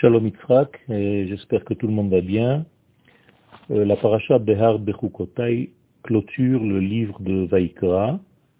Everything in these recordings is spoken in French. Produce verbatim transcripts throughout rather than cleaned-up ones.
Shalom Yitzhak, et j'espère que tout le monde va bien. Euh, la paracha Behar Bechukotai clôture le livre de Vaïkra.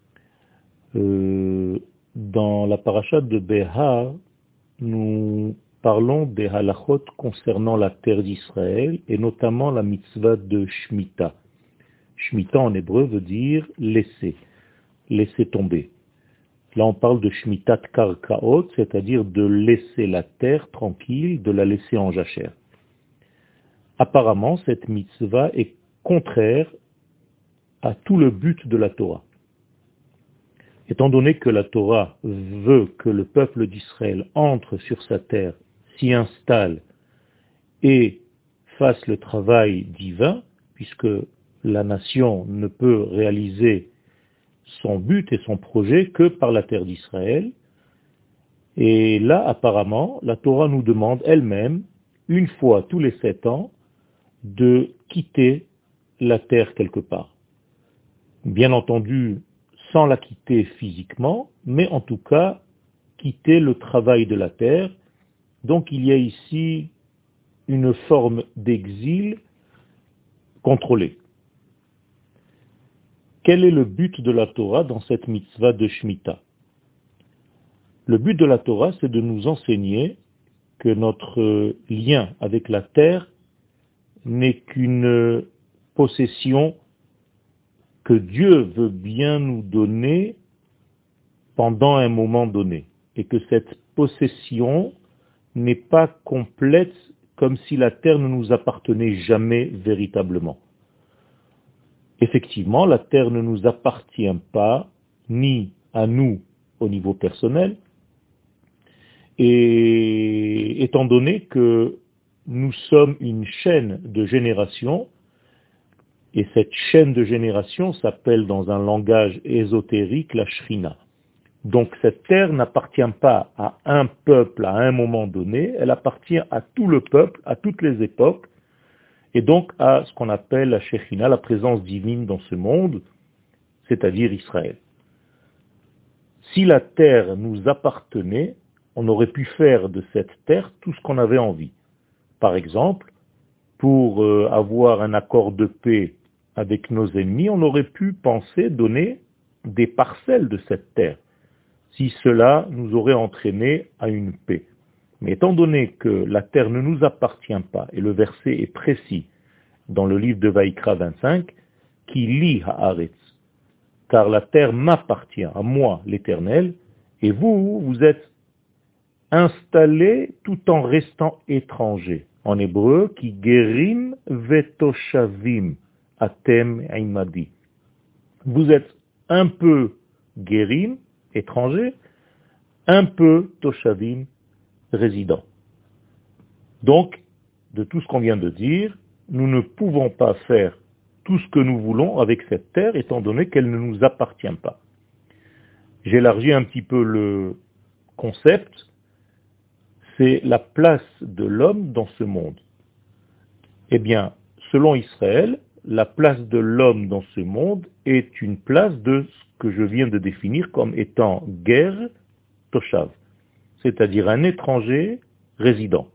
Euh, dans la paracha de Behar, nous parlons des halachot concernant la terre d'Israël et notamment la mitzvah de Shemitah. Shemitah en hébreu veut dire laisser, laisser tomber. Là, on parle de Shmitat Karkaot, c'est-à-dire de laisser la terre tranquille, de la laisser en jachère. Apparemment, cette mitzvah est contraire à tout le but de la Torah. Étant donné que la Torah veut que le peuple d'Israël entre sur sa terre, s'y installe et fasse le travail divin, puisque la nation ne peut réaliser son but et son projet que par la terre d'Israël. Et là, apparemment, la Torah nous demande elle-même, une fois tous les sept ans, de quitter la terre quelque part. Bien entendu, sans la quitter physiquement, mais en tout cas, quitter le travail de la terre. Donc il y a ici une forme d'exil contrôlé. Quel est le but de la Torah dans cette mitzvah de Shemitah? Le but de la Torah, c'est de nous enseigner que notre lien avec la terre n'est qu'une possession que Dieu veut bien nous donner pendant un moment donné, et que cette possession n'est pas complète comme si la terre ne nous appartenait jamais véritablement. Effectivement, la terre ne nous appartient pas, ni à nous au niveau personnel, et étant donné que nous sommes une chaîne de génération, et cette chaîne de génération s'appelle dans un langage ésotérique la Shrina. Donc cette terre n'appartient pas à un peuple à un moment donné, elle appartient à tout le peuple, à toutes les époques, et donc à ce qu'on appelle la Shekhinah, la présence divine dans ce monde, c'est-à-dire Israël. Si la terre nous appartenait, on aurait pu faire de cette terre tout ce qu'on avait envie. Par exemple, pour euh, avoir un accord de paix avec nos ennemis, on aurait pu penser donner des parcelles de cette terre, si cela nous aurait entraîné à une paix. Mais étant donné que la terre ne nous appartient pas, et le verset est précis dans le livre de Vaïkra vingt-cinq, qui lit haaretz, car la terre m'appartient, à moi l'Éternel, et vous, vous êtes installés tout en restant étrangers. En hébreu, qui gerim vetoshavim atem imadi. Vous êtes un peu gerim, étrangers, un peu toshavim, résidents. Donc, de tout ce qu'on vient de dire, nous ne pouvons pas faire tout ce que nous voulons avec cette terre, étant donné qu'elle ne nous appartient pas. J'élargis un petit peu le concept, c'est la place de l'homme dans ce monde. Eh bien, selon Israël, la place de l'homme dans ce monde est une place de ce que je viens de définir comme étant ger toshav, c'est-à-dire un étranger résident.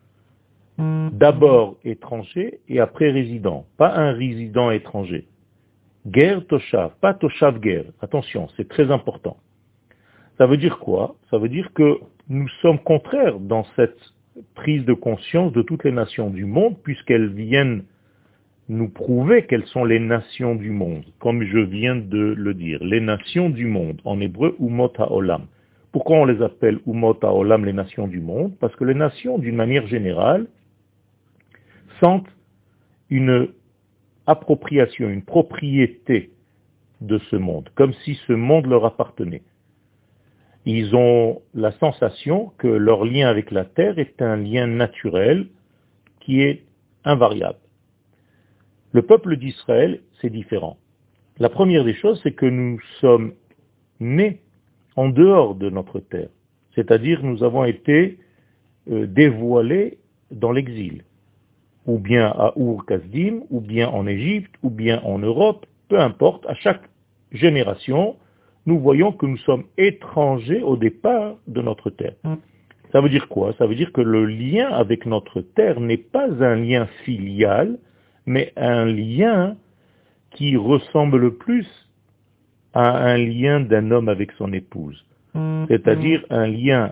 D'abord étranger et après résident, pas un résident étranger. Ger toshav, pas toshav ger. Attention, c'est très important. Ça veut dire quoi? Ça veut dire que nous sommes contraires dans cette prise de conscience de toutes les nations du monde, puisqu'elles viennent nous prouver quelles sont les nations du monde, comme je viens de le dire. Les nations du monde, en hébreu, Umot HaOlam. Pourquoi on les appelle Umot HaOlam, les nations du monde? Parce que les nations, d'une manière générale, sentent une appropriation, une propriété de ce monde, comme si ce monde leur appartenait. Ils ont la sensation que leur lien avec la terre est un lien naturel qui est invariable. Le peuple d'Israël, c'est différent. La première des choses, c'est que nous sommes nés en dehors de notre terre. C'est-à-dire nous avons été euh, dévoilés dans l'exil, ou bien à Ur-Kasdim, ou bien en Égypte, ou bien en Europe, peu importe, à chaque génération, nous voyons que nous sommes étrangers au départ de notre terre. Ça veut dire quoi? Ça veut dire que le lien avec notre terre n'est pas un lien filial, mais un lien qui ressemble le plus à un lien d'un homme avec son épouse. C'est-à-dire un lien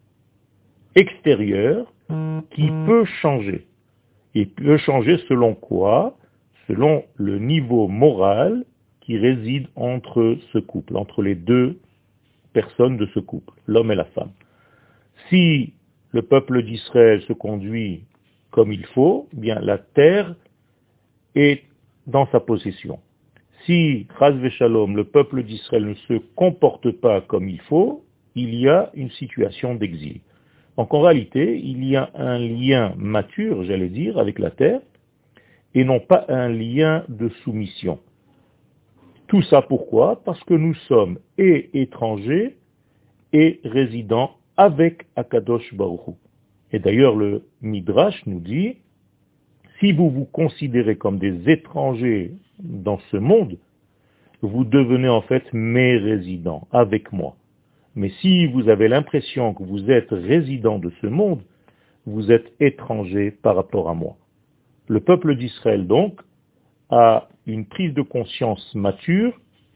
extérieur qui peut changer. Il peut changer selon quoi? Selon le niveau moral qui réside entre ce couple, entre les deux personnes de ce couple, l'homme et la femme. Si le peuple d'Israël se conduit comme il faut, bien la terre est dans sa possession. Si, Chas v'Shalom, le peuple d'Israël ne se comporte pas comme il faut, il y a une situation d'exil. Donc en réalité, il y a un lien mature, j'allais dire, avec la terre, et non pas un lien de soumission. Tout ça pourquoi? Parce que nous sommes et étrangers et résidents avec Akadosh Baruch Hu. Et d'ailleurs, le Midrash nous dit, si vous vous considérez comme des étrangers dans ce monde, vous devenez en fait mes résidents, avec moi. Mais si vous avez l'impression que vous êtes résident de ce monde, vous êtes étranger par rapport à moi. Le peuple d'Israël, donc, a une prise de conscience mature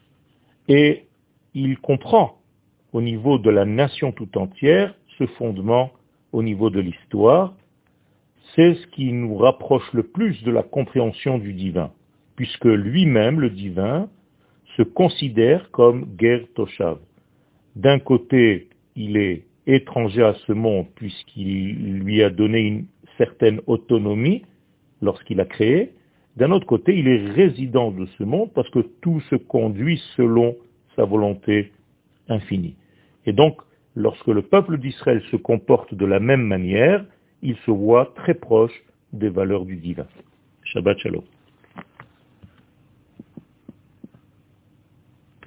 et il comprend au niveau de la nation tout entière ce fondement au niveau de l'histoire. C'est ce qui nous rapproche le plus de la compréhension du divin, puisque lui-même, le divin, se considère comme Ger Toshav. D'un côté, il est étranger à ce monde puisqu'il lui a donné une certaine autonomie lorsqu'il a créé. D'un autre côté, il est résident de ce monde parce que tout se conduit selon sa volonté infinie. Et donc, lorsque le peuple d'Israël se comporte de la même manière, il se voit très proche des valeurs du divin. Shabbat Shalom.